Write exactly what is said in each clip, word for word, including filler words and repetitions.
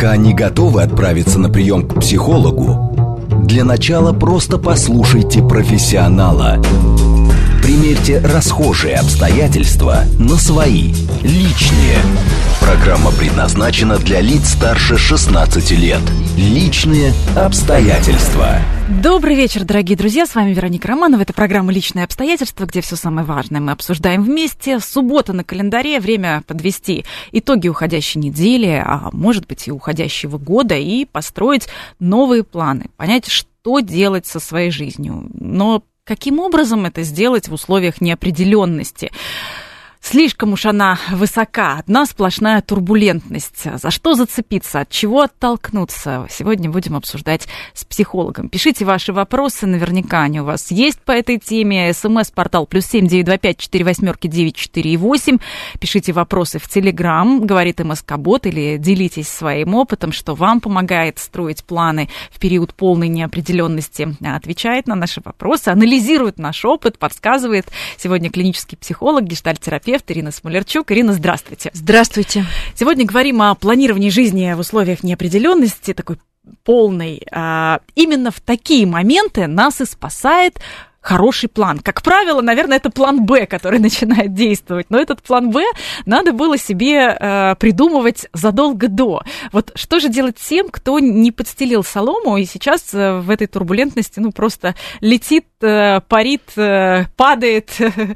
Пока не готовы отправиться на прием к психологу, для начала просто послушайте профессионала. Примерьте расхожие обстоятельства на свои, личные. Программа предназначена для лиц старше шестнадцати лет. Личные обстоятельства. Добрый вечер, дорогие друзья. С вами Вероника Романова. Это программа «Личные обстоятельства», где все самое важное мы обсуждаем вместе. Суббота на календаре. Время подвести итоги уходящей недели, а может быть и уходящего года, и построить новые планы. Понять, что делать со своей жизнью. Но каким образом это сделать в условиях неопределенности? Слишком уж она высока, одна сплошная турбулентность. За что зацепиться, от чего оттолкнуться? Сегодня будем обсуждать с психологом. Пишите ваши вопросы, наверняка они у вас есть по этой теме. СМС-портал плюс семь девять два пять четыре восьмерки девять четыре восемь. Пишите вопросы в Телеграм, говорит МСК-бот, или делитесь своим опытом, что вам помогает строить планы в период полной неопределенности. Отвечает на наши вопросы, анализирует наш опыт, подсказывает. Сегодня клинический психолог, гештальт-терапевт Ирина Смолярчук. Ирина, здравствуйте. Здравствуйте. Сегодня говорим о планировании жизни в условиях неопределенности, такой полной. Именно в такие моменты нас и спасает хороший план. Как правило, наверное, это план Б, который начинает действовать. Но этот план Б надо было себе э, придумывать задолго до. Вот что же делать тем, кто не подстелил солому и сейчас э, в этой турбулентности ну, просто летит, э, парит, э, падает?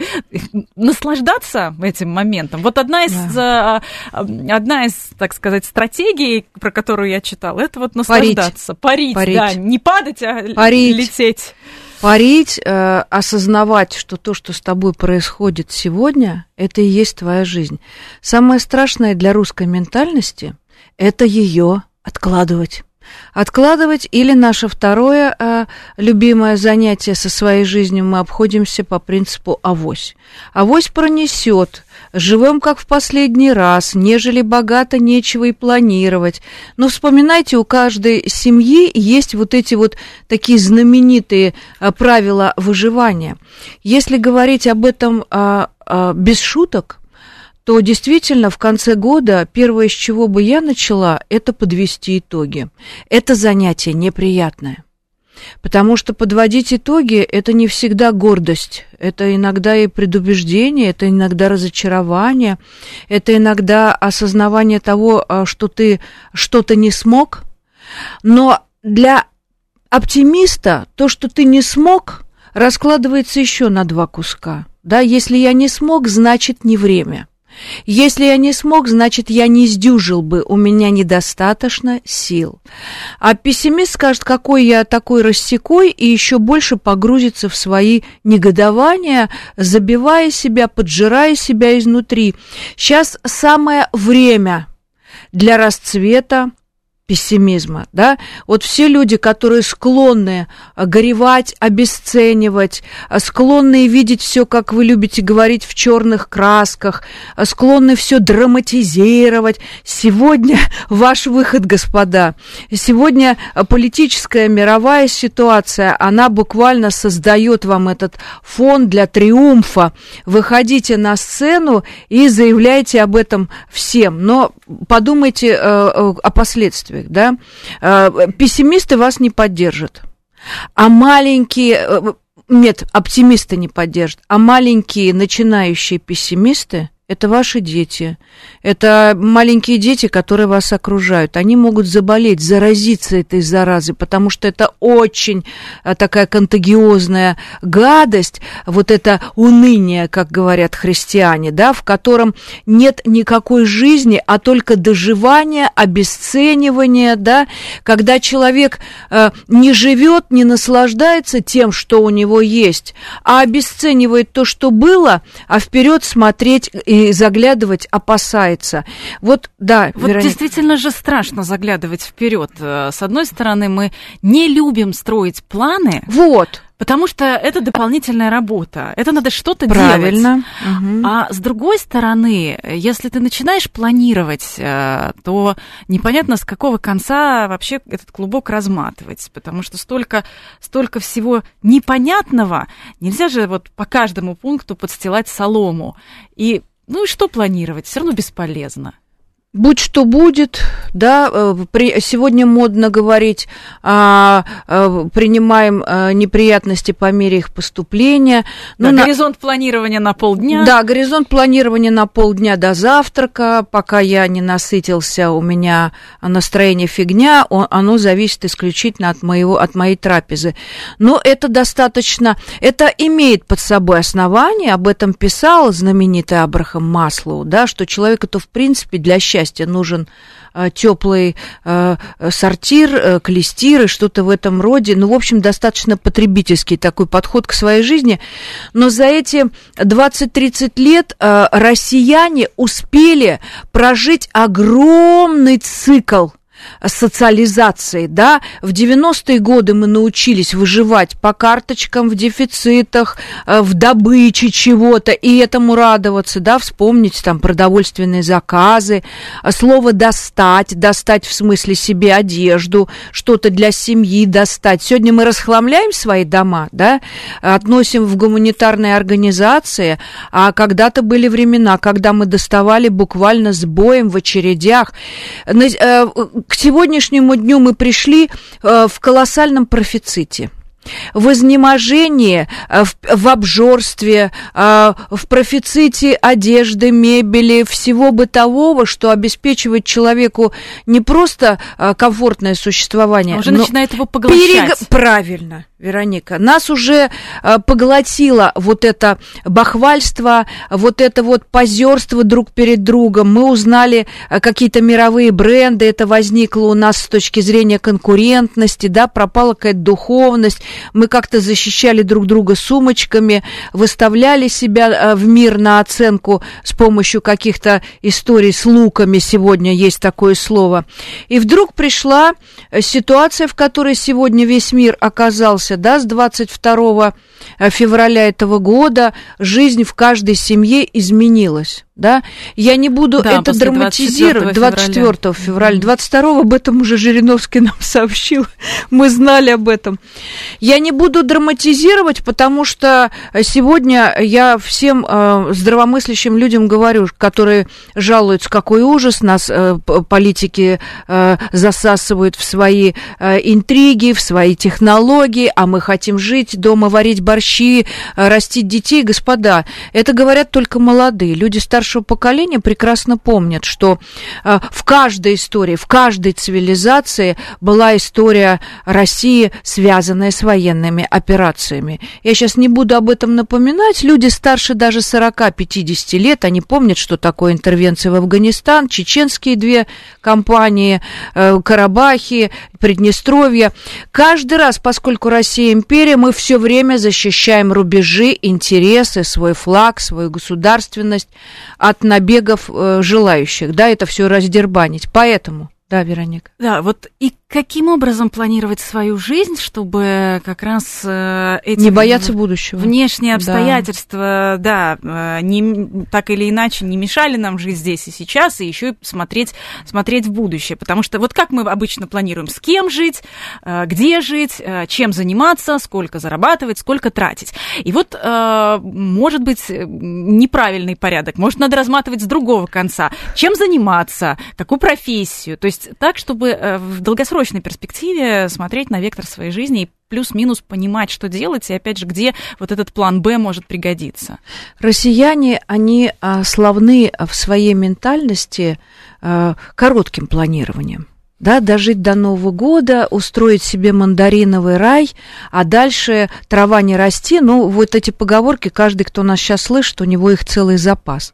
Наслаждаться этим моментом. Вот одна из, да. э, одна из, так сказать, стратегий, про которую я читала, это вот наслаждаться. Парить, Парить, Парить. Да. Не падать, а Парить. лететь. Парить, э, осознавать, что то, что с тобой происходит сегодня, это и есть твоя жизнь. Самое страшное для русской ментальности – это ее откладывать. Откладывать или наше второе э, любимое занятие со своей жизнью мы обходимся по принципу авось. Авось пронесет, живем как в последний раз, нежели богато нечего и планировать. Но вспоминайте, у каждой семьи есть вот эти вот такие знаменитые э, правила выживания. Если говорить об этом э, э, без шуток, то действительно в конце года первое, с чего бы я начала, это подвести итоги. Это занятие неприятное, потому что подводить итоги – это не всегда гордость, это иногда и предубеждение, это иногда разочарование, это иногда осознавание того, что ты что-то не смог. Но для оптимиста то, что ты не смог, раскладывается еще на два куска. Да, если я не смог, значит не время. Если я не смог, значит, я не сдюжил бы, у меня недостаточно сил. А пессимист скажет, какой я такой рассекой, и еще больше погрузится в свои негодования, забивая себя, поджирая себя изнутри. Сейчас самое время для расцвета пессимизма, да, вот все люди, которые склонны горевать, обесценивать, склонны видеть все, как вы любите говорить, в черных красках, склонны все драматизировать. Сегодня ваш выход, господа. Сегодня политическая мировая ситуация, она буквально создает вам этот фон для триумфа. Выходите на сцену и заявляйте об этом всем, но подумайте э, о последствиях. Да? Пессимисты вас не поддержат, а маленькие, нет, оптимисты не поддержат, а маленькие начинающие пессимисты – это ваши дети, это маленькие дети, которые вас окружают. Они могут заболеть, заразиться этой заразой, потому что это очень такая контагиозная гадость, вот это уныние, как говорят христиане, да, в котором нет никакой жизни, а только доживание, обесценивание, да, когда человек э, не живет, не наслаждается тем, что у него есть, а обесценивает то, что было, а вперед смотреть и заглядывать опасается. Вот, да, вот Вероника. Действительно же страшно заглядывать вперед. С одной стороны, мы не любим строить планы. Вот. Потому что это дополнительная работа. Это надо что-то Правильно. делать. Угу. А с другой стороны, если ты начинаешь планировать, то непонятно, с какого конца вообще этот клубок разматывать. Потому что столько, столько всего непонятного. Нельзя же вот по каждому пункту подстилать солому. И, ну и что планировать? Все равно бесполезно. Будь что будет, да, при, сегодня модно говорить, а, а, принимаем а, неприятности по мере их поступления. Да, ну, горизонт на... планирования на полдня. Да, горизонт планирования на полдня до завтрака, пока я не насытился, у меня настроение фигня, он, оно зависит исключительно от, моего, от моей трапезы. Но это достаточно, это имеет под собой основание, об этом писал знаменитый Абрахам Маслоу, да, что человеку-то в принципе для счастья нужен э, теплый э, сортир, э, клестир и что-то в этом роде. Ну, в общем, достаточно потребительский такой подход к своей жизни. Но за эти двадцать-тридцать лет э, россияне успели прожить огромный цикл социализации, да, в девяностые годы мы научились выживать по карточкам, в дефицитах, в добыче чего-то, и этому радоваться, да, вспомнить там продовольственные заказы, слово «достать», достать в смысле себе одежду, что-то для семьи достать. Сегодня мы расхламляем свои дома, да, относим в гуманитарные организации, а когда-то были времена, когда мы доставали буквально с боем в очередях. К сегодняшнему дню мы пришли э, в колоссальном профиците, в изнеможении, в, в обжорстве, в профиците одежды, мебели, всего бытового, что обеспечивает человеку не просто комфортное существование, а уже но начинает его поглощать. Перег... Правильно, Вероника. Нас уже поглотило вот это бахвальство, вот это вот позерство друг перед другом. Мы узнали какие-то мировые бренды, это возникло у нас с точки зрения конкурентности, да, пропала какая-то духовность. Мы как-то защищали друг друга сумочками, выставляли себя в мир на оценку с помощью каких-то историй с луками, сегодня есть такое слово. И вдруг пришла ситуация, в которой сегодня весь мир оказался, да, с двадцать второго февраля этого года жизнь в каждой семье изменилась. Да? Я не буду да, это драматизировать. двадцать четвёртого февраля. двадцать второго об этом уже Жириновский нам сообщил. Мы знали об этом. Я не буду драматизировать, потому что сегодня я всем э, здравомыслящим людям говорю, которые жалуются, какой ужас, нас э, политики э, засасывают в свои э, интриги, в свои технологии, а мы хотим жить дома, варить борщи, э, растить детей. Господа, это говорят только молодые. Люди старшего поколения прекрасно помнят, что э, в каждой истории, в каждой цивилизации была история России, связанная с военными операциями. Я сейчас не буду об этом напоминать. Люди старше даже сорок-пятьдесят лет, они помнят, что такое интервенция в Афганистан, чеченские две кампании, э, Карабахи, Приднестровье. Каждый раз, поскольку Россия империя, мы все время защищаем рубежи, интересы, свой флаг, свою государственность от набегов э, желающих, да, это все раздербанить. Поэтому, да, Вероника. Да, вот и каким образом планировать свою жизнь, чтобы как раз э, эти... Не бояться будущего. Внешние обстоятельства, да, да не, так или иначе не мешали нам жить здесь и сейчас, и еще и смотреть, смотреть в будущее. Потому что вот как мы обычно планируем, с кем жить, э, где жить, э, чем заниматься, сколько зарабатывать, сколько тратить. И вот, э, может быть, неправильный порядок, может, надо разматывать с другого конца. Чем заниматься, какую профессию. То есть так, чтобы э, в долгосрочном в перспективе смотреть на вектор своей жизни и плюс-минус понимать, что делать, и, опять же, где вот этот план «Б» может пригодиться. Россияне, они а, славны в своей ментальности а, коротким планированием. Да, дожить до Нового года, устроить себе мандариновый рай, а дальше трава не расти. Ну, вот эти поговорки, каждый, кто нас сейчас слышит, у него их целый запас.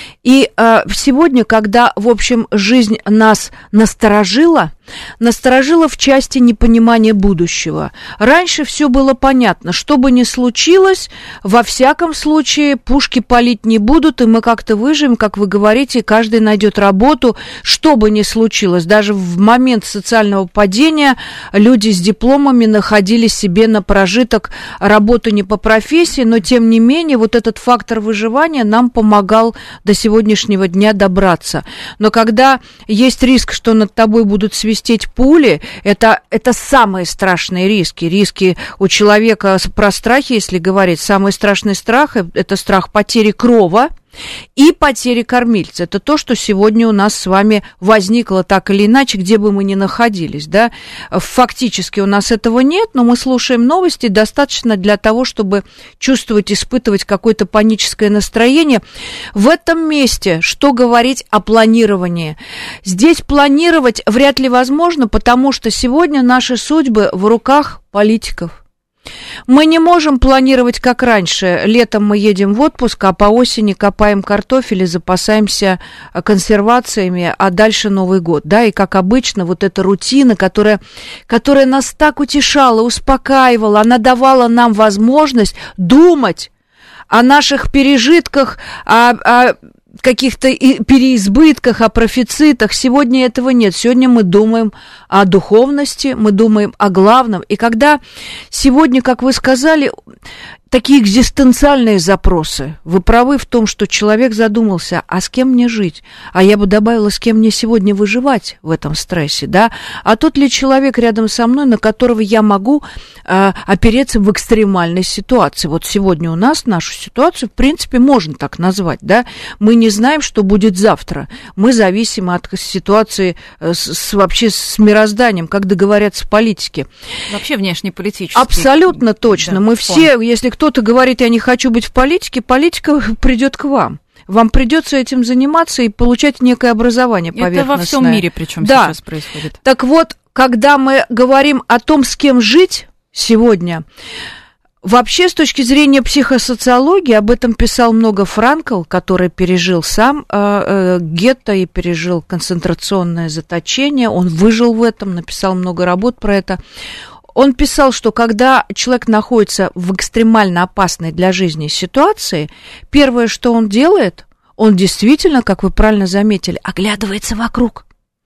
И э, сегодня, когда, в общем, жизнь нас насторожила, насторожила в части непонимания будущего. Раньше все было понятно, что бы ни случилось, во всяком случае пушки палить не будут, и мы как-то выживем, как вы говорите, каждый найдет работу, что бы ни случилось. Даже в момент социального падения люди с дипломами находили себе на прожиток работу не по профессии, но тем не менее вот этот фактор выживания нам помогал до сегодняшнего дня добраться. Но когда есть риск, что над тобой будут свистеть пули, это, это самые страшные риски. Риски у человека про страхи, если говорить, самый страшный страх – это страх потери крова, и потери кормильца. Это то, что сегодня у нас с вами возникло так или иначе, где бы мы ни находились, да. Фактически у нас этого нет, но мы слушаем новости достаточно для того, чтобы чувствовать, испытывать какое-то паническое настроение. В этом месте что говорить о планировании? Здесь планировать вряд ли возможно, потому что сегодня наши судьбы в руках политиков. Мы не можем планировать, как раньше. Летом мы едем в отпуск, а по осени копаем картофель и запасаемся консервациями, а дальше Новый год. Да? И, как обычно, вот эта рутина, которая, которая нас так утешала, успокаивала, она давала нам возможность думать о наших пережитках, о, о каких-то переизбытках, о профицитах. Сегодня этого нет. Сегодня мы думаем о духовности, мы думаем о главном. И когда сегодня, как вы сказали, такие экзистенциальные запросы, вы правы в том, что человек задумался, а с кем мне жить? А я бы добавила, с кем мне сегодня выживать в этом стрессе, да? А тот ли человек рядом со мной, на которого я могу э, опереться в экстремальной ситуации? Вот сегодня у нас нашу ситуацию, в принципе, можно так назвать, да? Мы не знаем, что будет завтра. Мы зависимы от ситуации э, с, с, вообще с мирозданием, как договорятся политики. Вообще внешнеполитический. Абсолютно точно. Да, Мы фон. все, если кто-то говорит, я не хочу быть в политике, политика придет к вам. Вам придется этим заниматься и получать некое образование поверхностное. Это во всем мире, причем да. сейчас происходит. Так вот, когда мы говорим о том, с кем жить сегодня, вообще, с точки зрения психосоциологии, об этом писал много Франкл, который пережил сам э, э, гетто и пережил концентрационное заточение. Он выжил в этом, написал много работ про это. Он писал, что когда человек находится в экстремально опасной для жизни ситуации, первое, что он делает, он действительно, как вы правильно заметили, оглядывается вокруг.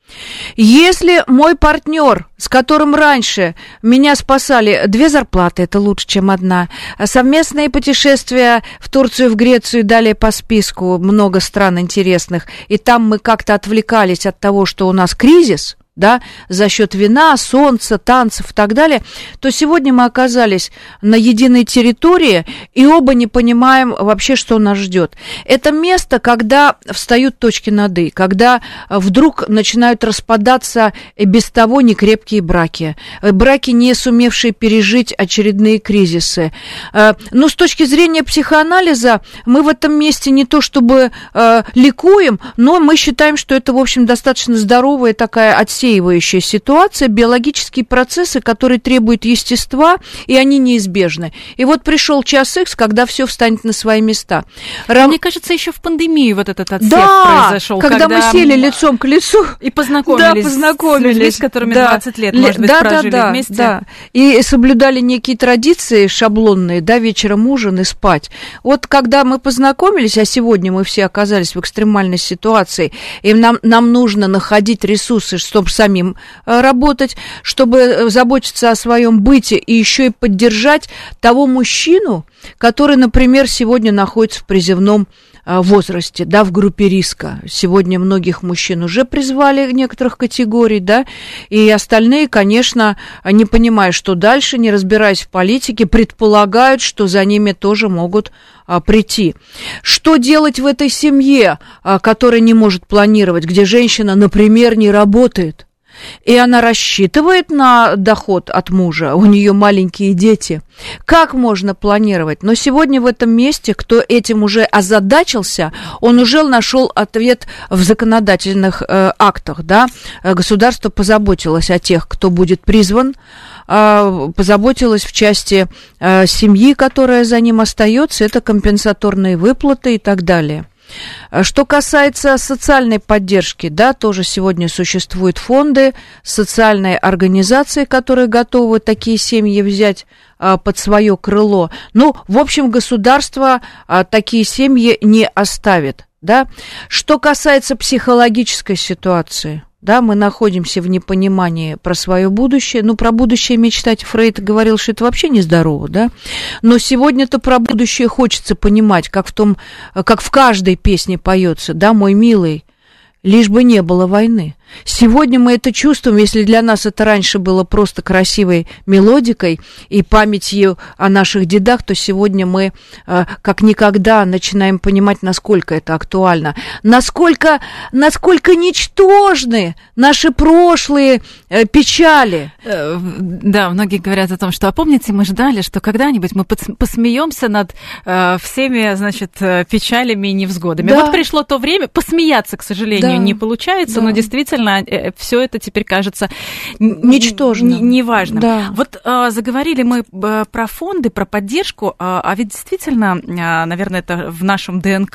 Если мой партнер, с которым раньше меня спасали две зарплаты, это лучше, чем одна, совместные путешествия в Турцию, в Грецию, далее по списку, много стран интересных, и там мы как-то отвлекались от того, что у нас кризис, да, за счет вина, солнца, танцев и так далее, то сегодня мы оказались на единой территории и оба не понимаем вообще, что нас ждет. Это место, когда встают точки над «и», когда вдруг начинают распадаться без того некрепкие браки, браки, не сумевшие пережить очередные кризисы. Но с точки зрения психоанализа мы в этом месте не то чтобы ликуем, но мы считаем, что это, в общем, достаточно здоровая такая отсеивающая ситуация, биологические процессы, которые требуют естества, и они неизбежны. И вот пришел час Икс, когда все встанет на свои места. Рам... Мне кажется, еще в пандемии вот этот отсев да, произошел. Когда, когда мы сели лицом к лицу и познакомились, да, познакомились с людьми, с которыми да, двадцать лет, может быть, да, прожили да, вместе. Да. И соблюдали некие традиции шаблонные, да, вечером ужин и спать. Вот когда мы познакомились, а сегодня мы все оказались в экстремальной ситуации, и нам, нам нужно находить ресурсы, чтобы самим работать, чтобы заботиться о своем быте и еще и поддержать того мужчину, который, например, сегодня находится в призывном возрасте, да, в группе риска. Сегодня многих мужчин уже призвали некоторых категорий, да, и остальные, конечно, не понимая, что дальше, не разбираясь в политике, предполагают, что за ними тоже могут а, прийти. Что делать в этой семье, а, которая не может планировать, где женщина, например, не работает? И она рассчитывает на доход от мужа, у нее маленькие дети. Как можно планировать? Но сегодня в этом месте, кто этим уже озадачился, он уже нашел ответ в законодательных э, актах. Да? Государство позаботилось о тех, кто будет призван, э, позаботилось в части э, семьи, которая за ним остается, это компенсаторные выплаты и так далее. Что касается социальной поддержки, да, тоже сегодня существуют фонды, социальные организации, которые готовы такие семьи взять а, под свое крыло. Ну, в общем, государство а, такие семьи не оставит, да. Что касается психологической ситуации, да, мы находимся в непонимании про свое будущее. Ну, про будущее мечтать Фрейд говорил, что это вообще нездорово, да. Но сегодня-то про будущее хочется понимать, как в том, как в каждой песне поется, да, мой милый, лишь бы не было войны. Сегодня мы это чувствуем, если для нас это раньше было просто красивой мелодикой и памятью о наших дедах, то сегодня мы э, как никогда начинаем понимать, насколько это актуально, насколько, насколько ничтожны наши прошлые э, печали. Да, многие говорят о том, что, а помните, мы ждали, что когда-нибудь мы посмеемся над э, всеми, значит, печалями и невзгодами. Да. Вот пришло то время, посмеяться, к сожалению, да. не получается, да. но действительно все это теперь кажется ничтожным, неважным. Да. Вот а, заговорили мы про фонды, про поддержку, а, а ведь действительно, а, наверное, это в нашем ДНК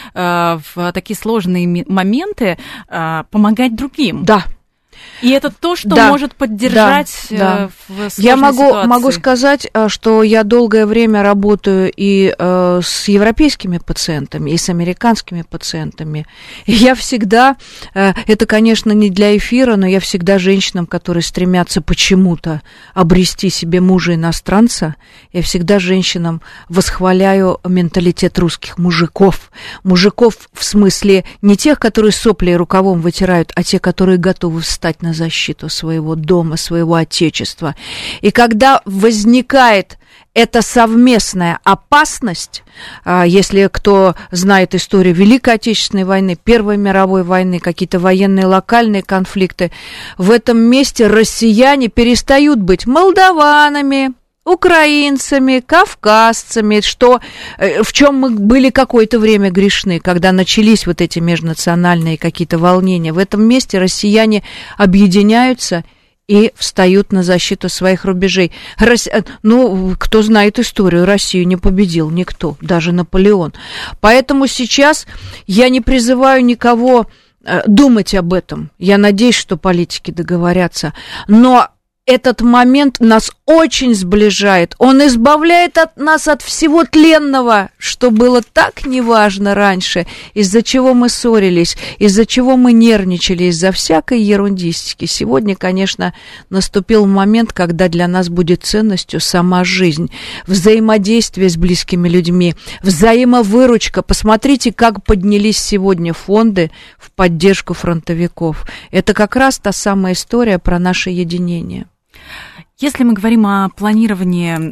а, в такие сложные моменты а, помогать другим. Да. И это то, что да, может поддержать да, да. в сложной я могу, ситуации. могу сказать, что я долгое время работаю и э, с европейскими пациентами, и с американскими пациентами. И я всегда, э, это, конечно, не для эфира, но я всегда женщинам, которые стремятся почему-то обрести себе мужа-иностранца, я всегда женщинам восхваляю менталитет русских мужиков. Мужиков в смысле не тех, которые сопли рукавом вытирают, а те, которые готовы встать на защиту своего дома, своего отечества. И когда возникает эта совместная опасность, если кто знает историю Великой Отечественной войны, Первой мировой войны, какие-то военные локальные конфликты, в этом месте россияне перестают быть молдаванами, украинцами, кавказцами, что, в чем мы были какое-то время грешны, когда начались вот эти межнациональные какие-то волнения. В этом месте россияне объединяются и встают на защиту своих рубежей. Рос... Ну, кто знает историю, Россию не победил никто, даже Наполеон. Поэтому сейчас я не призываю никого думать об этом. Я надеюсь, что политики договорятся. Но этот момент нас очень сближает. Он избавляет от нас от всего тленного, что было так неважно раньше, из-за чего мы ссорились, из-за чего мы нервничали, из-за всякой ерундистики. Сегодня, конечно, наступил момент, когда для нас будет ценностью сама жизнь, взаимодействие с близкими людьми, взаимовыручка. Посмотрите, как поднялись сегодня фонды в поддержку фронтовиков. Это как раз та самая история про наше единение. Если мы говорим о планировании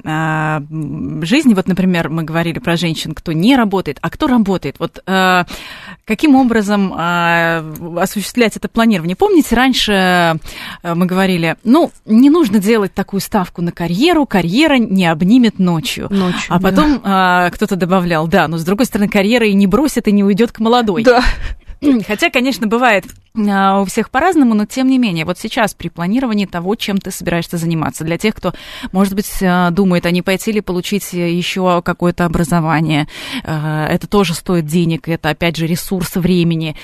э, жизни, вот, например, мы говорили про женщин, кто не работает, а кто работает, вот э, каким образом э, осуществлять это планирование? Помните, раньше э, мы говорили, ну, не нужно делать такую ставку на карьеру, карьера не обнимет ночью. Ночью, а потом да. э, кто-то добавлял, да, но с другой стороны, карьера и не бросит, и не уйдет к молодой. Да. Хотя, конечно, бывает у всех по-разному, но тем не менее, вот сейчас при планировании того, чем ты собираешься заниматься, для тех, кто, может быть, думает, а не пойти ли получить еще какое-то образование, это тоже стоит денег, это, опять же, ресурсы времени.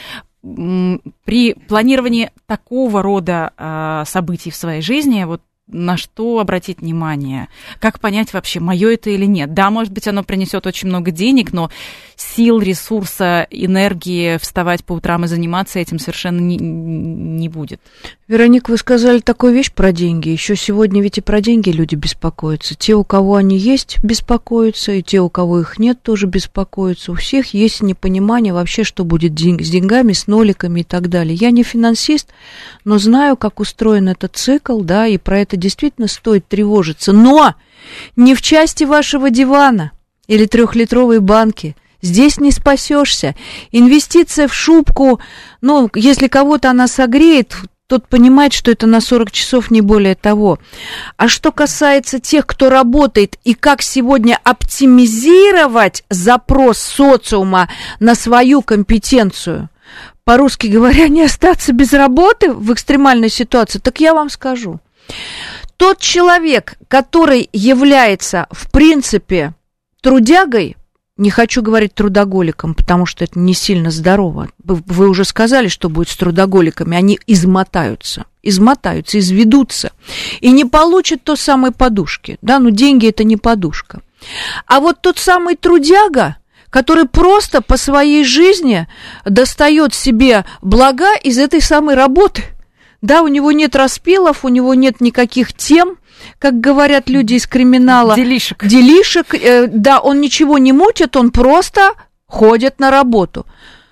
При планировании такого рода событий в своей жизни, вот на что обратить внимание? Как понять вообще, мое это или нет? Да, может быть, оно принесет очень много денег, но сил, ресурса, энергии вставать по утрам и заниматься этим совершенно не, не будет. Вероника, вы сказали такую вещь про деньги. Еще сегодня ведь и про деньги люди беспокоятся. Те, у кого они есть, беспокоятся, и те, у кого их нет, тоже беспокоятся. У всех есть непонимание вообще, что будет с деньгами, с ноликами и так далее. Я не финансист, но знаю, как устроен этот цикл, да, и про это действительно стоит тревожиться. Но не в части вашего дивана или трехлитровой банки. Здесь не спасешься. Инвестиция в шубку, ну, если кого-то она согреет, тот понимает, что это на сорок часов, не более того. А что касается тех, кто работает, и как сегодня оптимизировать запрос социума на свою компетенцию, по-русски говоря, не остаться без работы в экстремальной ситуации, так я вам скажу. Тот человек, который является, в принципе, трудягой, не хочу говорить трудоголиком, потому что это не сильно здорово. Вы уже сказали, что будет с трудоголиками. Они измотаются, измотаются, изведутся. И не получат той самой подушки. Да, ну деньги – это не подушка. А вот тот самый трудяга, который просто по своей жизни достает себе блага из этой самой работы. Да, у него нет распилов, у него нет никаких тем, как говорят люди из криминала. Делишек. Делишек, э, да, он ничего не мутит, он просто ходит на работу.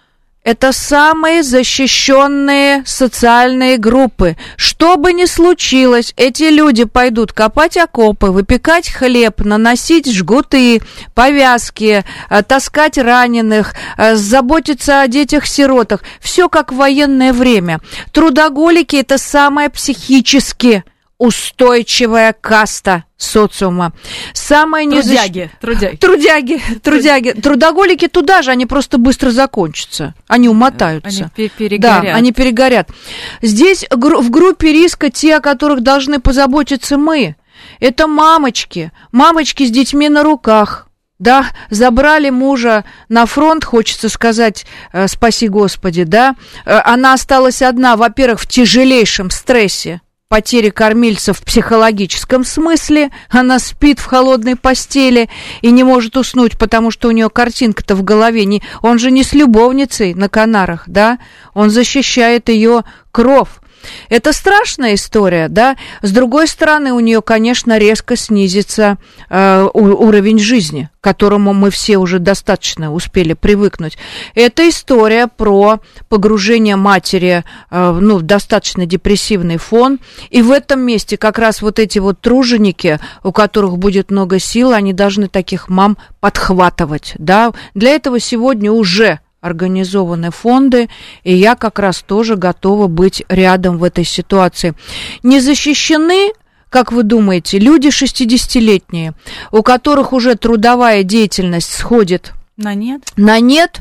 это самые защищенные социальные группы. Что бы ни случилось, эти люди пойдут копать окопы, выпекать хлеб, наносить жгуты, повязки, таскать раненых, заботиться о детях-сиротах. Все как в военное время. Трудоголики – это самая психически устойчивая каста социума. Самая незащ... Трудяги, трудяги. Трудяги, трудяги. Трудоголики туда же, они просто быстро закончатся. Они умотаются. Они перегорят. Да, они перегорят. Здесь в группе риска те, о которых должны позаботиться мы. Это мамочки. Мамочки с детьми на руках. Да, забрали мужа на фронт, хочется сказать, э, спаси Господи, да. Э, она осталась одна, во-первых, в тяжелейшем стрессе. Потери кормильца в психологическом смысле. Она спит в холодной постели и не может уснуть, потому что у нее картинка-то в голове. Не, он же не с любовницей на Канарах, да? Он защищает ее кров. Это страшная история, да? С другой стороны, у нее, конечно, резко снизится э, уровень жизни, к которому мы все уже достаточно успели привыкнуть. Это история про погружение матери э, ну, в достаточно депрессивный фон. И в этом месте как раз вот эти вот труженики, у которых будет много сил, они должны таких мам подхватывать, да? Для этого сегодня уже организованы фонды, и я как раз тоже готова быть рядом в этой ситуации. Не защищены, как вы думаете, люди шестидесятилетние, у которых уже трудовая деятельность сходит на нет, на нет,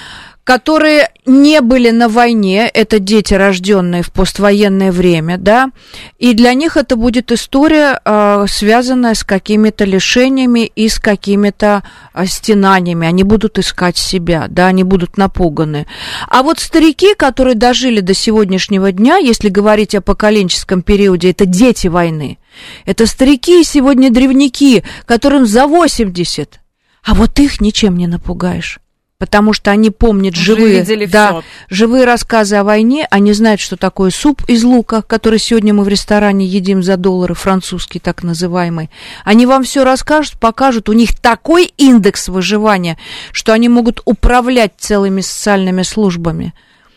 которые не были на войне, это дети, рожденные в поствоенное время, да, и для них это будет история, э, связанная с какими-то лишениями и с какими-то э, стенаниями, они будут искать себя, да, они будут напуганы. А вот старики, которые дожили до сегодняшнего дня, если говорить о поколенческом периоде, это дети войны, это старики и сегодня древняки, которым за восемьдесят, а вот их ничем не напугаешь. Потому что они помнят уже живые, да, живые рассказы о войне, они знают, что такое суп из лука, который сегодня мы в ресторане едим за доллары, французский так называемый. Они вам все расскажут, покажут, у них такой индекс выживания, что они могут управлять целыми социальными службами.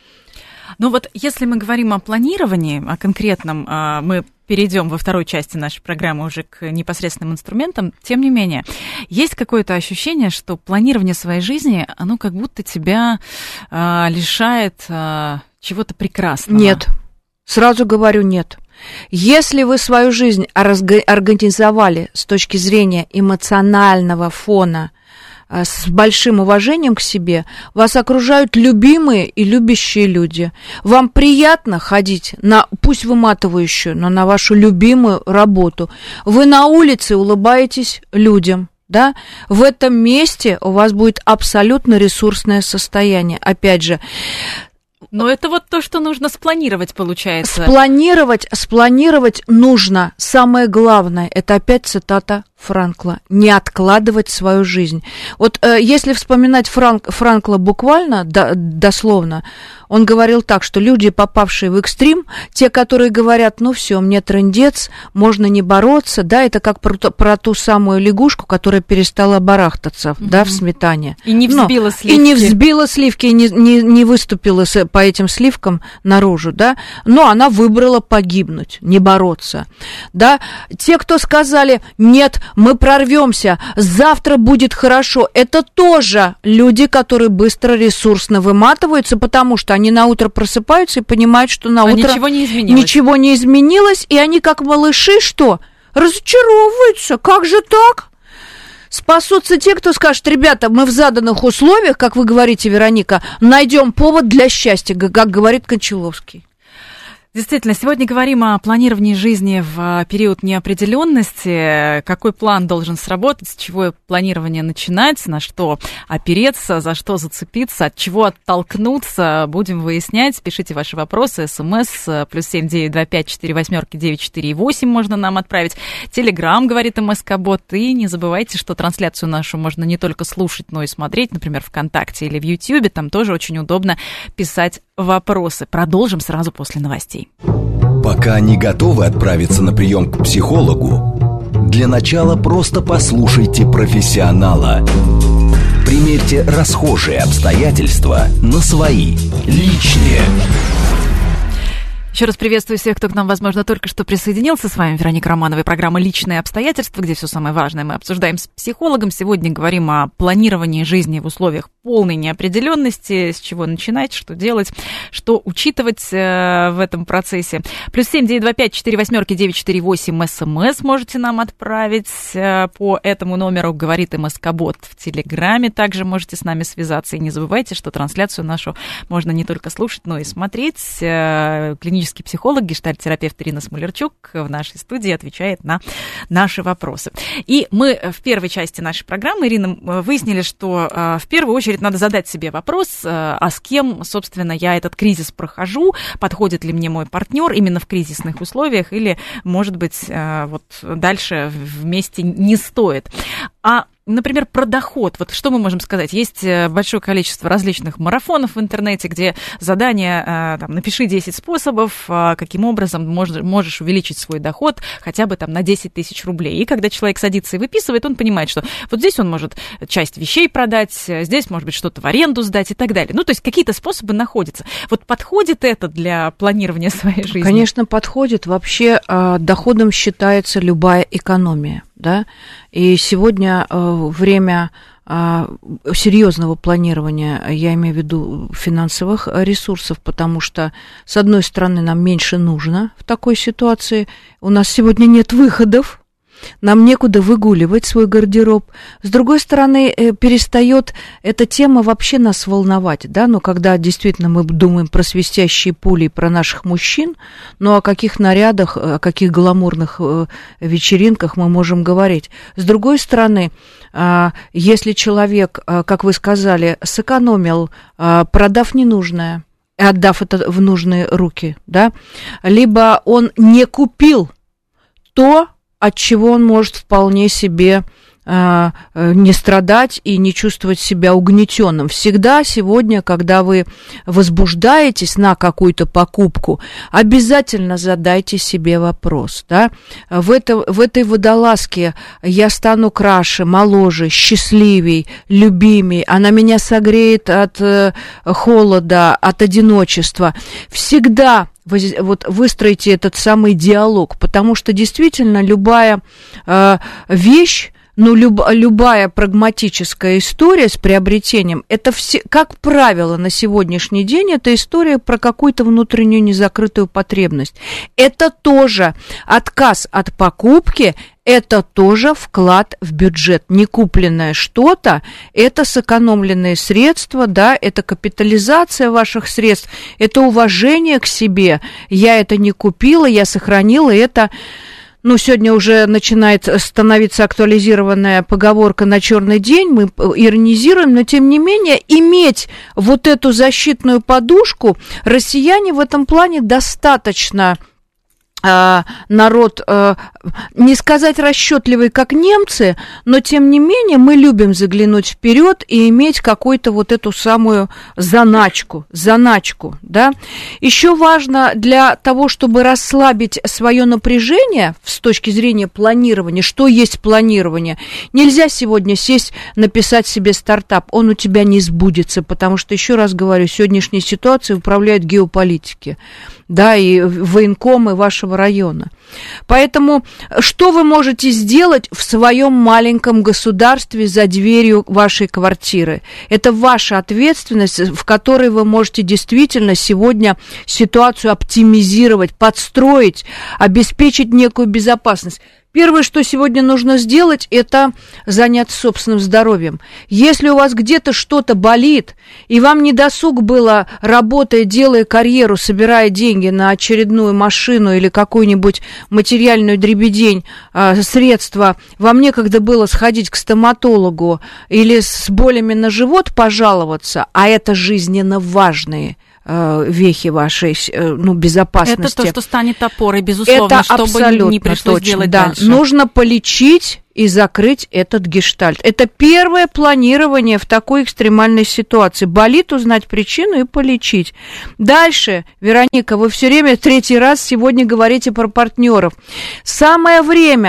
Ну вот если мы говорим о планировании, о конкретном, мы перейдем во второй части нашей программы уже к непосредственным инструментам, тем не менее, есть какое-то ощущение, что планирование своей жизни, оно как будто тебя а, лишает а, чего-то прекрасного. Нет, сразу говорю нет. Если вы свою жизнь организовали с точки зрения эмоционального фона, с большим уважением к себе, вас окружают любимые и любящие люди. Вам приятно ходить на, пусть выматывающую, но на вашу любимую работу. Вы на улице улыбаетесь людям, да? В этом месте у вас будет абсолютно ресурсное состояние. Опять же, но это вот то, что нужно спланировать, получается. Спланировать, спланировать нужно. Самое главное, это опять цитата Франкла, не откладывать свою жизнь. Вот э, если вспоминать Франк, Франкла буквально, до, дословно, он говорил так, что люди, попавшие в экстрим, те, которые говорят, ну все, мне трындец, можно не бороться, да, это как про, про ту самую лягушку, которая перестала барахтаться, mm-hmm. да, в сметане. И не взбила Но, сливки. И не взбила сливки, и не, не, не выступила с, по этим сливкам наружу, да, но она выбрала погибнуть, не бороться, да. Те, кто сказали, нет, мы прорвемся, завтра будет хорошо. Это тоже люди, которые быстро, ресурсно выматываются, потому что они на утро просыпаются и понимают, что на а утро ничего не изменилось. Ничего не изменилось, и они, как малыши, что? Разочаровываются. Как же так? Спасутся те, кто скажет, ребята, мы в заданных условиях, как вы говорите, Вероника, найдем повод для счастья, как говорит Кончаловский. Действительно, сегодня говорим о планировании жизни в период неопределенности. Какой план должен сработать, с чего планирование начинать, на что опереться, за что зацепиться, от чего оттолкнуться, будем выяснять. Пишите ваши вопросы, смс, плюс семь девять два пять четыре восьмерки девять четыре восемь можно нам отправить. Телеграм, говорит МСК-бот. И не забывайте, что трансляцию нашу можно не только слушать, но и смотреть, например, ВКонтакте или в Ютьюбе. Там тоже очень удобно писать вопросы. Продолжим сразу после новостей. Пока не готовы отправиться на прием к психологу, для начала просто послушайте профессионала. Примерьте расхожие обстоятельства на свои, личные. Еще раз приветствую всех, кто к нам, возможно, только что присоединился. С вами Вероника Романова и программа «Личные обстоятельства», где все самое важное мы обсуждаем с психологом. Сегодня говорим о планировании жизни в условиях полной неопределенности, с чего начинать, что делать, что учитывать э, в этом процессе. Плюс семь девять два пять четыре восьмерки девять четыре восемь СМС можете нам отправить э, по этому номеру. Говорит МСК-бот в Телеграме. Также можете с нами связаться. И не забывайте, что трансляцию нашу можно не только слушать, но и смотреть. Э, клинический психолог, гештальт-терапевт Ирина Смолерчук в нашей студии отвечает на наши вопросы. И мы в первой части нашей программы, Ирина, выяснили, что э, в первую очередь надо задать себе вопрос, а с кем, собственно, я этот кризис прохожу, подходит ли мне мой партнер именно в кризисных условиях, или, может быть, вот дальше вместе не стоит. А например, про доход. Вот что мы можем сказать? Есть большое количество различных марафонов в интернете, где задание, там, напиши десять способов, каким образом можешь, можешь увеличить свой доход хотя бы там на десять тысяч рублей. И когда человек садится и выписывает, он понимает, что вот здесь он может часть вещей продать, здесь, может быть, что-то в аренду сдать и так далее. Ну, то есть какие-то способы находятся. Вот подходит это для планирования своей жизни? Конечно, подходит. Вообще доходом считается любая экономия. Да? И сегодня э, время э, серьезного планирования, я имею в виду финансовых ресурсов, потому что, с одной стороны, нам меньше нужно в такой ситуации, у нас сегодня нет выходов, нам некуда выгуливать свой гардероб. С другой стороны, перестает эта тема вообще нас волновать, да, но когда действительно мы думаем про свистящие пули, про наших мужчин, ну о каких нарядах, о каких гламурных вечеринках мы можем говорить. С другой стороны, если человек, как вы сказали, сэкономил, продав ненужное, отдав это в нужные руки, да, либо он не купил то, от чего он может вполне себе э, не страдать и не чувствовать себя угнетенным. Всегда сегодня, когда вы возбуждаетесь на какую-то покупку, обязательно задайте себе вопрос. Да? В, это, в этой водолазке я стану краше, моложе, счастливей, любимей, она меня согреет от э, холода, от одиночества. Всегда вот выстроите этот самый диалог, потому что действительно любая э, вещь, ну, люб, любая прагматическая история с приобретением, это все, как правило, на сегодняшний день, это история про какую-то внутреннюю незакрытую потребность. Это тоже отказ от покупки, это тоже вклад в бюджет. Некупленное что-то, это сэкономленные средства, да, это капитализация ваших средств, это уважение к себе. Я это не купила, я сохранила это. Ну, сегодня уже начинает становиться актуализированная поговорка на черный день, мы иронизируем, но тем не менее иметь вот эту защитную подушку, россияне в этом плане достаточно народ, не сказать расчетливый, как немцы, но тем не менее мы любим заглянуть вперед и иметь какую-то вот эту самую заначку, заначку, да. Еще важно для того, чтобы расслабить свое напряжение с точки зрения планирования, что есть планирование. Нельзя сегодня сесть, написать себе стартап, он у тебя не сбудется, потому что, еще раз говорю, сегодняшней ситуацией управляют геополитики, да, и военкомы вашего района. Поэтому что вы можете сделать в своем маленьком государстве за дверью вашей квартиры? Это ваша ответственность, в которой вы можете действительно сегодня ситуацию оптимизировать, подстроить, обеспечить некую безопасность. Первое, что сегодня нужно сделать, это заняться собственным здоровьем. Если у вас где-то что-то болит, и вам не досуг было, работая, делая карьеру, собирая деньги на очередную машину или какую-нибудь материальную дребедень, средства, вам некогда было сходить к стоматологу или с болями на живот пожаловаться, а это жизненно важные вехи вашей, ну, безопасности. Это то, что станет опорой, безусловно, это чтобы не пришлось точно делать да. дальше. Нужно полечить и закрыть этот гештальт. Это первое планирование в такой экстремальной ситуации. Болит, узнать причину и полечить. Дальше, Вероника, вы все время третий раз сегодня говорите про партнеров. Самое время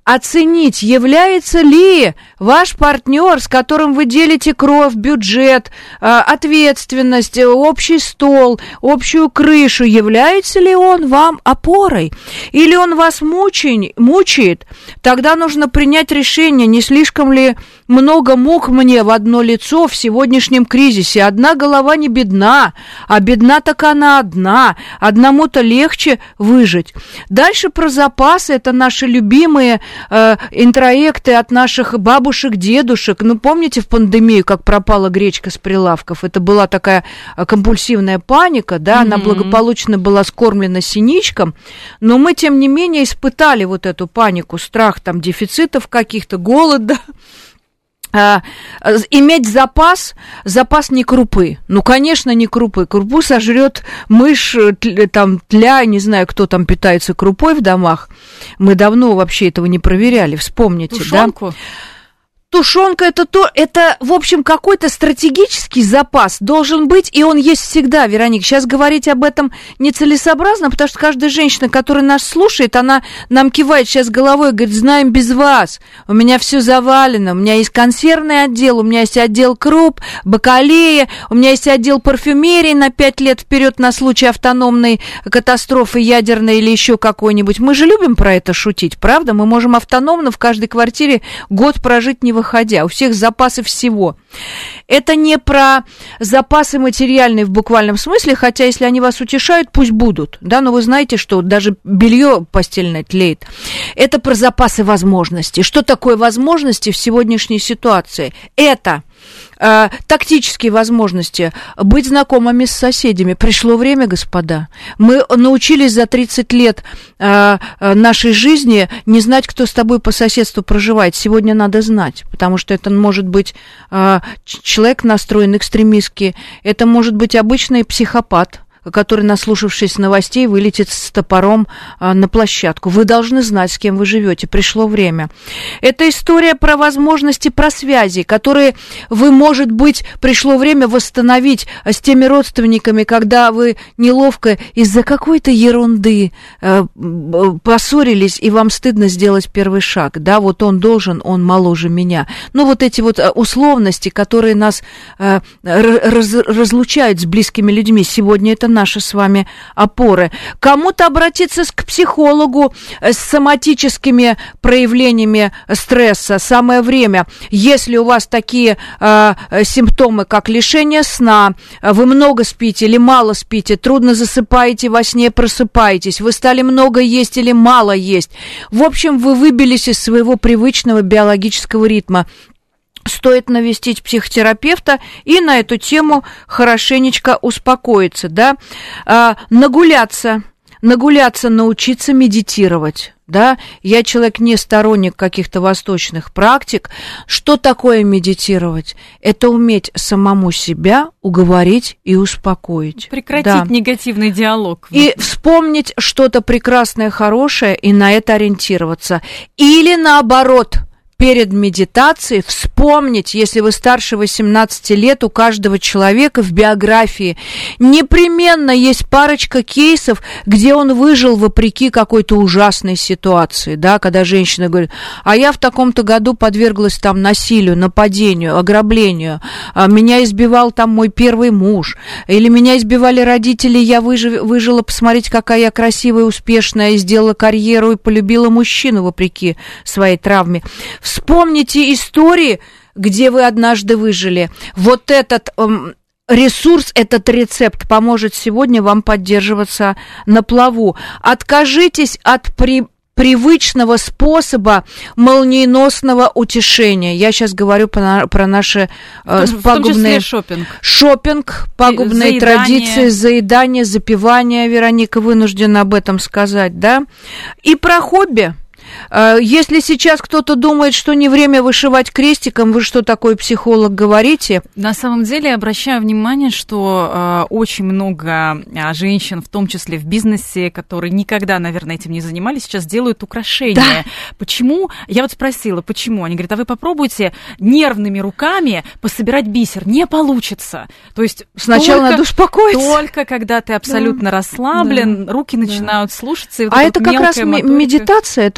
оценить, является ли ваш партнер, с которым вы делите кровь, бюджет, ответственность, общий стол, общую крышу, является ли он вам опорой? Или он вас мучает, мучает? Тогда нужно принять решение, не слишком ли много мук мне в одно лицо в сегодняшнем кризисе. Одна голова не бедна, а бедна так она одна. Одному-то легче выжить. Дальше про запасы. Это наши любимые э, интроекты от наших бабушек, дедушек. Ну, помните в пандемию, как пропала гречка с прилавков? Это была такая компульсивная паника, да, mm-hmm. она благополучно была скормлена синичком, но мы, тем не менее, испытали вот эту панику, страх там дефицитов каких-то, голода. А, иметь запас, запас не крупы. Ну, конечно, не крупы. Крупу сожрет мышь, там, тля, не знаю, кто там питается крупой в домах. Мы давно вообще этого не проверяли, вспомните, Тушенку? Да? Тушенка это то, это, в общем, какой-то стратегический запас должен быть, и он есть всегда, Вероника. Сейчас говорить об этом нецелесообразно, потому что каждая женщина, которая нас слушает, она нам кивает сейчас головой и говорит: знаем без вас, у меня все завалено, у меня есть консервный отдел, у меня есть отдел круп, бакалея, у меня есть отдел парфюмерии на пять лет вперед на случай автономной катастрофы ядерной или еще какой-нибудь. Мы же любим про это шутить, правда? Мы можем автономно в каждой квартире год прожить не выходя, у всех запасы всего. Это не про запасы материальные в буквальном смысле, хотя если они вас утешают, пусть будут, да, но вы знаете, что даже белье постельное тлеет. Это про запасы возможностей. Что такое возможности в сегодняшней ситуации? Это э, тактические возможности, быть знакомыми с соседями. Пришло время, господа. Мы научились за тридцать лет э, нашей жизни не знать, кто с тобой по соседству проживает. Сегодня надо знать, потому что это может быть э, человек настроен экстремистски, это может быть обычный психопат, который, наслушавшись новостей, вылетит с топором а, на площадку. Вы должны знать, с кем вы живете. Пришло время. Это история про возможности, про связи, которые вы, может быть, пришло время восстановить с теми родственниками, когда вы неловко из-за какой-то ерунды а, поссорились, и вам стыдно сделать первый шаг. Да, вот он должен, он моложе меня. Ну, вот эти вот условности, которые нас а, раз, разлучают с близкими людьми. Сегодня это наши с вами опоры. Кому-то обратиться к психологу с соматическими проявлениями стресса. Самое время. Если у вас такие э, симптомы, как лишение сна, вы много спите или мало спите, трудно засыпаете, во сне просыпаетесь, вы стали много есть или мало есть. В общем, вы выбились из своего привычного биологического ритма. Стоит навестить психотерапевта и на эту тему хорошенечко успокоиться, да, а, нагуляться, нагуляться, научиться медитировать, да. Я человек не сторонник каких-то восточных практик. Что такое медитировать? Это уметь самому себя уговорить и успокоить. Прекратить да. негативный диалог. И вспомнить что-то прекрасное, хорошее, и на это ориентироваться. Или наоборот, перед медитацией вспомнить, если вы старше восемнадцати лет, у каждого человека в биографии непременно есть парочка кейсов, где он выжил вопреки какой-то ужасной ситуации, да, когда женщина говорит: а я в таком-то году подверглась там насилию, нападению, ограблению, меня избивал там мой первый муж, или меня избивали родители, я выжив, выжила, посмотрите, какая я красивая, успешная, и сделала карьеру, и полюбила мужчину вопреки своей травме. Вспомните истории, где вы однажды выжили. Вот этот эм, ресурс, этот рецепт поможет сегодня вам поддерживаться на плаву. Откажитесь от при... привычного способа молниеносного утешения. Я сейчас говорю про, про наши э, в пагубные... В том числе шопинг. Шопинг, пагубные заедание. Традиции, заедание, запивание. Вероника вынуждена об этом сказать, да? И про хобби. Если сейчас кто-то думает, что не время вышивать крестиком, вы что такое, психолог, говорите? На самом деле, обращаю внимание, что э, очень много э, женщин, в том числе в бизнесе, которые никогда, наверное, этим не занимались, сейчас делают украшения. Да. Почему? Я вот спросила, почему? Они говорят: а вы попробуйте нервными руками пособирать бисер. Не получится. То есть сначала только, надо успокоиться. Только когда ты абсолютно да. расслаблен, да. руки начинают да. слушаться. И вот а это как раз моторика. Медитация, это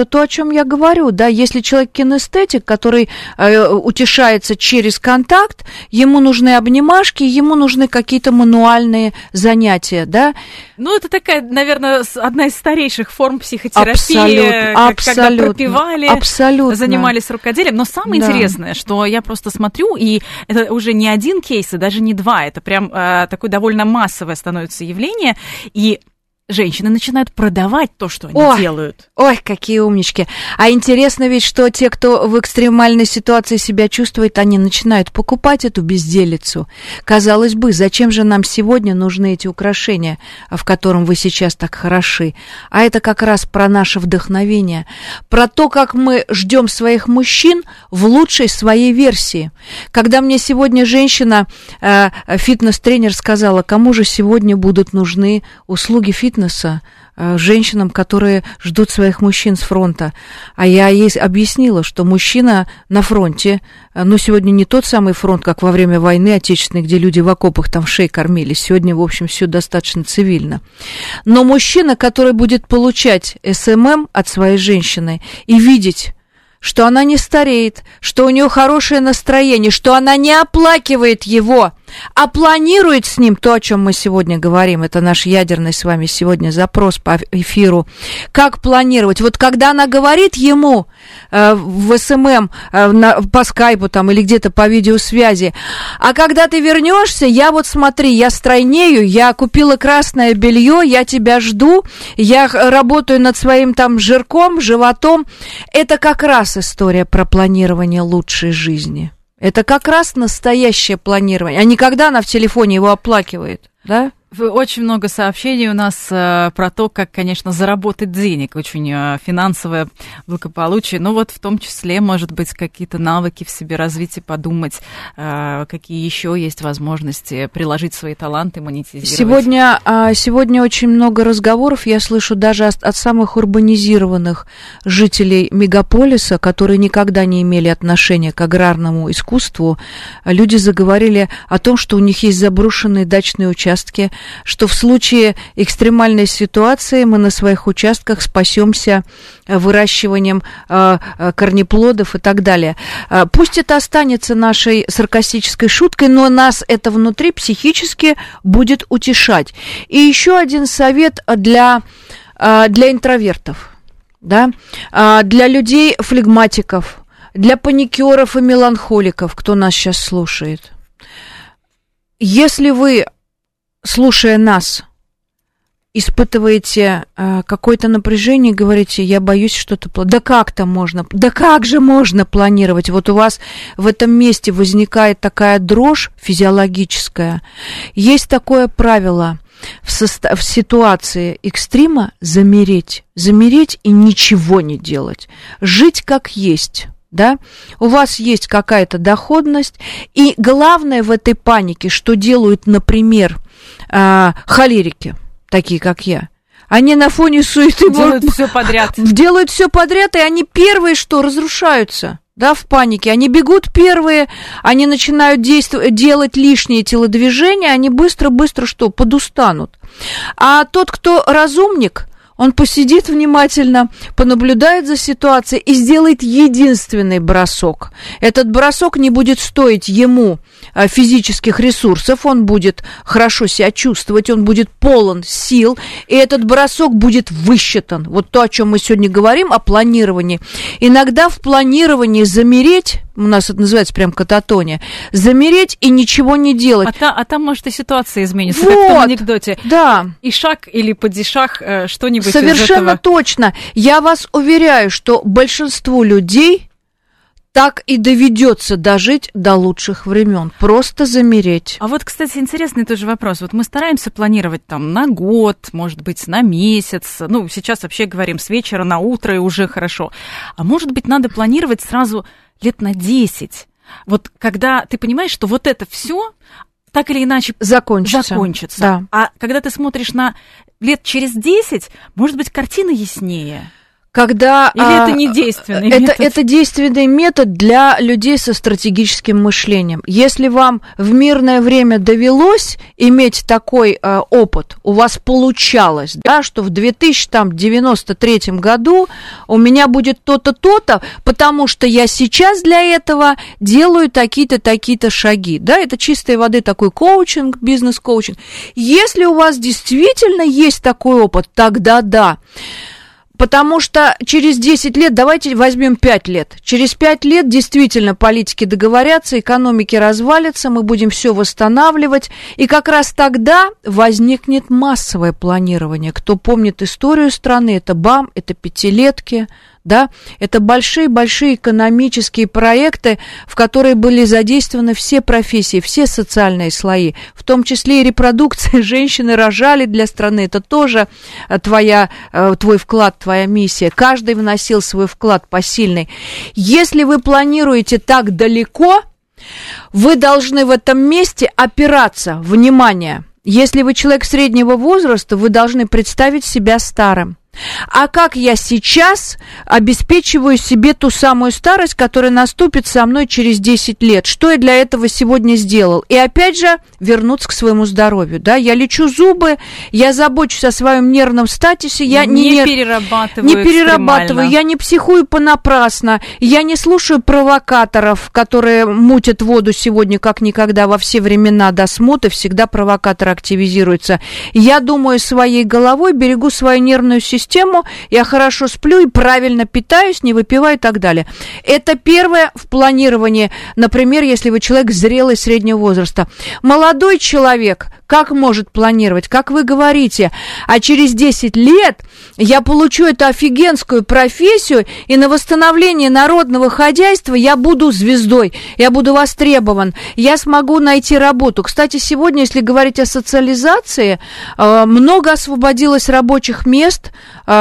то, о чем я говорю, да, если человек кинестетик, который э, утешается через контакт, ему нужны обнимашки, ему нужны какие-то мануальные занятия, да. Ну, это такая, наверное, одна из старейших форм психотерапии, абсолютно, как, абсолютно, когда пропевали, абсолютно. занимались рукоделием. Но самое да. интересное, что я просто смотрю, и это уже не один кейс, и даже не два, это прям э, такое довольно массовое становится явление, и женщины начинают продавать то, что они ой, делают. Ой, какие умнички. А интересно ведь, что те, кто в экстремальной ситуации себя чувствует, они начинают покупать эту безделицу. Казалось бы, зачем же нам сегодня нужны эти украшения, в котором вы сейчас так хороши? А это как раз про наше вдохновение, про то, как мы ждем своих мужчин в лучшей своей версии. Когда мне сегодня женщина, э, фитнес-тренер, сказала, кому же сегодня будут нужны услуги фитнеса, женщинам, которые ждут своих мужчин с фронта. А я ей объяснила, что мужчина на фронте, ну, сегодня не тот самый фронт, как во время войны отечественной, где люди в окопах там шеи кормились. Сегодня, в общем, все достаточно цивильно. Но мужчина, который будет получать эс эм эм от своей женщины и видеть, что она не стареет, что у нее хорошее настроение, что она не оплакивает его, а планирует с ним то, о чем мы сегодня говорим. Это наш ядерный с вами сегодня запрос по эфиру. Как планировать? Вот когда она говорит ему э, в эс эм эм, э, на, по скайпу там, или где-то по видеосвязи, а когда ты вернешься, я вот смотри, я стройнею, я купила красное белье, я тебя жду, я работаю над своим там жирком, животом. Это как раз история про планирование лучшей жизни. Это как раз настоящее планирование, а не когда она в телефоне его оплакивает, да? Очень много сообщений у нас э, про то, как, конечно, заработать денег, очень э, финансовое благополучие, но вот в том числе, может быть, какие-то навыки в себе развить и подумать, э, какие еще есть возможности приложить свои таланты, монетизировать. Сегодня, э, сегодня очень много разговоров, я слышу даже от, от самых урбанизированных жителей мегаполиса, которые никогда не имели отношения к аграрному искусству. Люди заговорили о том, что у них есть заброшенные дачные участки, что в случае экстремальной ситуации мы на своих участках спасемся выращиванием э, корнеплодов и так далее. Пусть это останется нашей саркастической шуткой, но нас это внутри психически будет утешать. И еще один совет для, для интровертов, да? Для людей флегматиков, для паникеров и меланхоликов, кто нас сейчас слушает. Если вы, слушая нас, испытываете э, какое-то напряжение, говорите, я боюсь что-то планировать. Да как-то можно, да как же можно планировать? Вот у вас в этом месте возникает такая дрожь физиологическая. Есть такое правило в, состо- в ситуации экстрима замереть. Замереть и ничего не делать. Жить как есть. Да? У вас есть какая-то доходность, и главное в этой панике, что делают, например, э, холерики, такие как я, они на фоне суеты делают все подряд, делают все подряд, и они первые, что разрушаются, да, в панике, они бегут первые, они начинают действовать, делать лишние телодвижения, они быстро-быстро что, подустанут. А тот, кто разумник, он посидит внимательно, понаблюдает за ситуацией и сделает единственный бросок. Этот бросок не будет стоить ему физических ресурсов, он будет хорошо себя чувствовать, он будет полон сил, и этот бросок будет высчитан. Вот то, о чем мы сегодня говорим, о планировании. Иногда в планировании замереть, у нас это называется прям кататония, замереть и ничего не делать. А, та, а там, может, и ситуация изменится, вот, как в том анекдоте. Да. И шаг или падишах, что-нибудь совершенно точно. Я вас уверяю, что большинству людей так и доведется дожить до лучших времен. Просто замереть. А вот, кстати, интересный тоже вопрос. Вот мы стараемся планировать там на год, может быть, на месяц. Ну, сейчас вообще говорим с вечера на утро, и уже хорошо. А может быть, надо планировать сразу лет на десять. Вот когда ты понимаешь, что вот это все так или иначе закончится. закончится. Да. А когда ты смотришь на лет через десять, может быть, картина яснее. Когда, Или а, это не действенный это, метод? Это действенный метод для людей со стратегическим мышлением. Если вам в мирное время довелось иметь такой а, опыт, у вас получалось, да, что в две тысячи девяносто третьем году у меня будет то-то, то-то, потому что я сейчас для этого делаю такие-то, такие-то шаги. Да, это чистой воды такой коучинг, бизнес-коучинг. Если у вас действительно есть такой опыт, тогда да. Потому что через десять лет, давайте возьмем пять лет, через пять лет действительно политики договорятся, экономики развалятся, мы будем все восстанавливать, и как раз тогда возникнет массовое планирование. Кто помнит историю страны, это БАМ, это пятилетки, да, это большие-большие экономические проекты, в которые были задействованы все профессии, все социальные слои, в том числе и репродукция. Женщины рожали для страны, это тоже твоя, твой вклад, твоя миссия. Каждый вносил свой вклад посильный. Если вы планируете так далеко, вы должны в этом месте опираться, внимание, если вы человек среднего возраста, вы должны представить себя старым. А как я сейчас обеспечиваю себе ту самую старость, которая наступит со мной через десять лет? Что я для этого сегодня сделал? И опять же вернуться к своему здоровью. Да? Я лечу зубы, я забочусь о своем нервном статусе. Я не, не перерабатываю Не перерабатываю, я не психую понапрасно, я не слушаю провокаторов, которые мутят воду сегодня как никогда во все времена до смуты, всегда провокаторы активизируются. Я думаю своей головой, берегу свою нервную систему, Тему, я хорошо сплю и правильно питаюсь, не выпиваю и так далее. Это первое в планировании, например, если вы человек зрелый среднего возраста. Молодой человек как может планировать, как вы говорите, а через десять лет я получу эту офигенскую профессию, и на восстановление народного хозяйства я буду звездой, я буду востребован, я смогу найти работу. Кстати, сегодня, если говорить о социализации, много освободилось рабочих мест,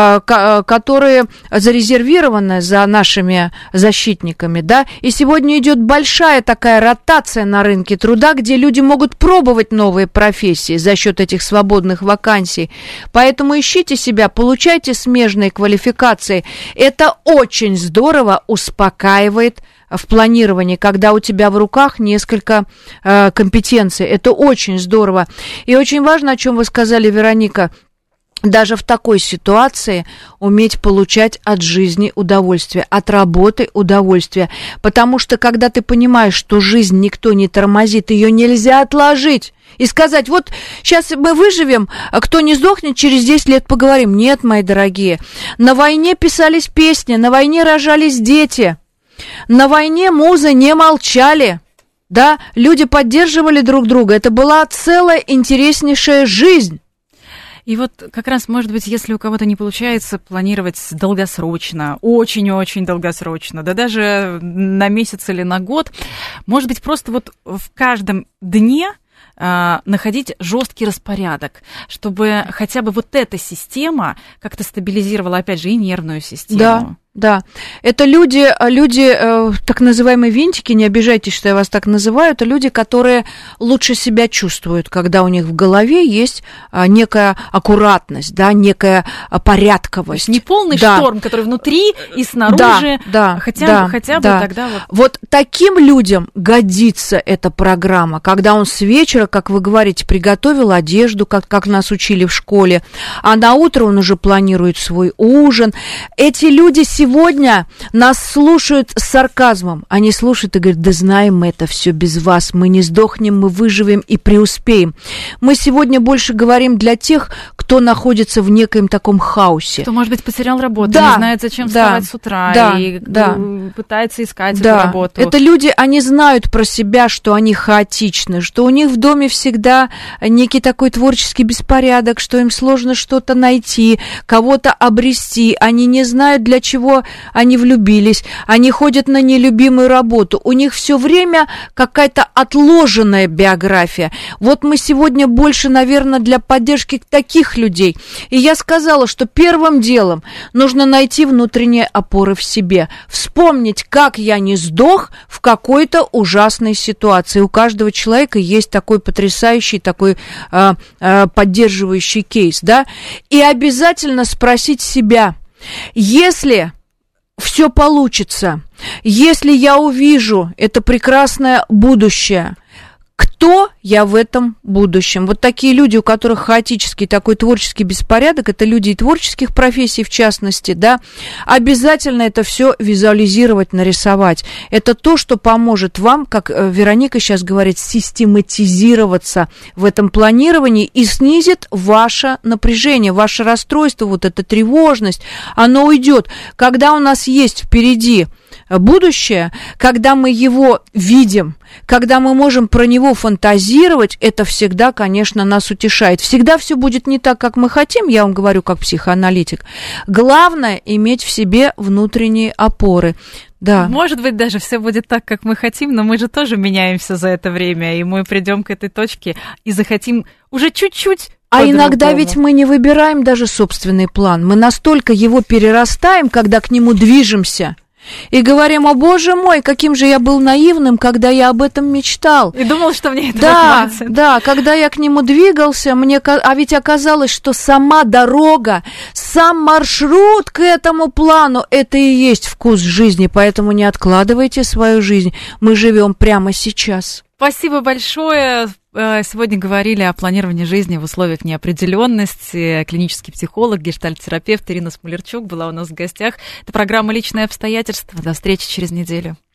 которые зарезервированы за нашими защитниками, да, и сегодня идет большая такая ротация на рынке труда, где люди могут пробовать новые профессии за счет этих свободных вакансий. Поэтому ищите себя, получайте смежные квалификации. Это очень здорово успокаивает в планировании, когда у тебя в руках несколько э, компетенций. Это очень здорово. И очень важно, о чем вы сказали, Вероника, даже в такой ситуации уметь получать от жизни удовольствие, от работы удовольствие. Потому что, когда ты понимаешь, что жизнь никто не тормозит, ее нельзя отложить и сказать, вот сейчас мы выживем, а кто не сдохнет, через десять лет поговорим. Нет, мои дорогие, на войне писались песни, на войне рожались дети, на войне музы не молчали. Да, люди поддерживали друг друга, это была целая интереснейшая жизнь. И вот как раз, может быть, если у кого-то не получается планировать долгосрочно, очень-очень долгосрочно, да даже на месяц или на год, может быть, просто вот в каждом дне а, находить жесткий распорядок, чтобы хотя бы вот эта система как-то стабилизировала, опять же, и нервную систему. Да. Да, это люди, люди, э, так называемые винтики, не обижайтесь, что я вас так называю, это люди, которые лучше себя чувствуют, когда у них в голове есть э, некая аккуратность, да, некая э, порядковость. Не полный да. шторм, который внутри и снаружи, да, да, хотя, да, бы, хотя да. бы тогда вот... Вот таким людям годится эта программа, когда он с вечера, как вы говорите, приготовил одежду, как, как нас учили в школе, а на утро он уже планирует свой ужин. Эти люди сегодня Сегодня нас слушают с сарказмом. Они слушают и говорят, да знаем мы это все без вас. Мы не сдохнем, мы выживем и преуспеем. Мы сегодня больше говорим для тех, кто находится в некоем таком хаосе. Кто, может быть, потерял работу, да, не знает, зачем да, вставать с утра, да, и да. пытается искать да. эту работу. Это люди, они знают про себя, что они хаотичны, что у них в доме всегда некий такой творческий беспорядок, что им сложно что-то найти, кого-то обрести. Они не знают, для чего они влюбились, они ходят на нелюбимую работу, у них все время какая-то отложенная биография. Вот мы сегодня больше, наверное, для поддержки таких людей. И я сказала, что первым делом нужно найти внутренние опоры в себе, вспомнить, как я не сдох в какой-то ужасной ситуации. У каждого человека есть такой потрясающий, такой э, э, поддерживающий кейс, да, и обязательно спросить себя, Если все получится, если я увижу это прекрасное будущее, кто я в этом будущем? Вот такие люди, у которых хаотический такой творческий беспорядок, это люди и творческих профессий, в частности, да, обязательно это все визуализировать, нарисовать. Это то, что поможет вам, как Вероника сейчас говорит, систематизироваться в этом планировании и снизит ваше напряжение, ваше расстройство, вот эта тревожность, оно уйдет. Когда у нас есть впереди будущее, когда мы его видим, когда мы можем про него фантазировать, это всегда, конечно, нас утешает. Всегда все будет не так, как мы хотим, я вам говорю как психоаналитик. Главное иметь в себе внутренние опоры. Да. Может быть, даже все будет так, как мы хотим, но мы же тоже меняемся за это время, и мы придем к этой точке и захотим уже чуть-чуть. А иногда ведь мы не выбираем даже собственный план. Мы настолько его перерастаем, когда к нему движемся, и говорим: о боже мой, каким же я был наивным, когда я об этом мечтал. И думал, что мне это да, хватит. Да, когда я к нему двигался, мне, а ведь оказалось, что сама дорога, сам маршрут к этому плану, это и есть вкус жизни. Поэтому не откладывайте свою жизнь. Мы живем прямо сейчас. Спасибо большое. Сегодня говорили о планировании жизни в условиях неопределенности. Клинический психолог, гештальт-терапевт Ирина Смолерчук была у нас в гостях. Это программа «Личные обстоятельства». До встречи через неделю.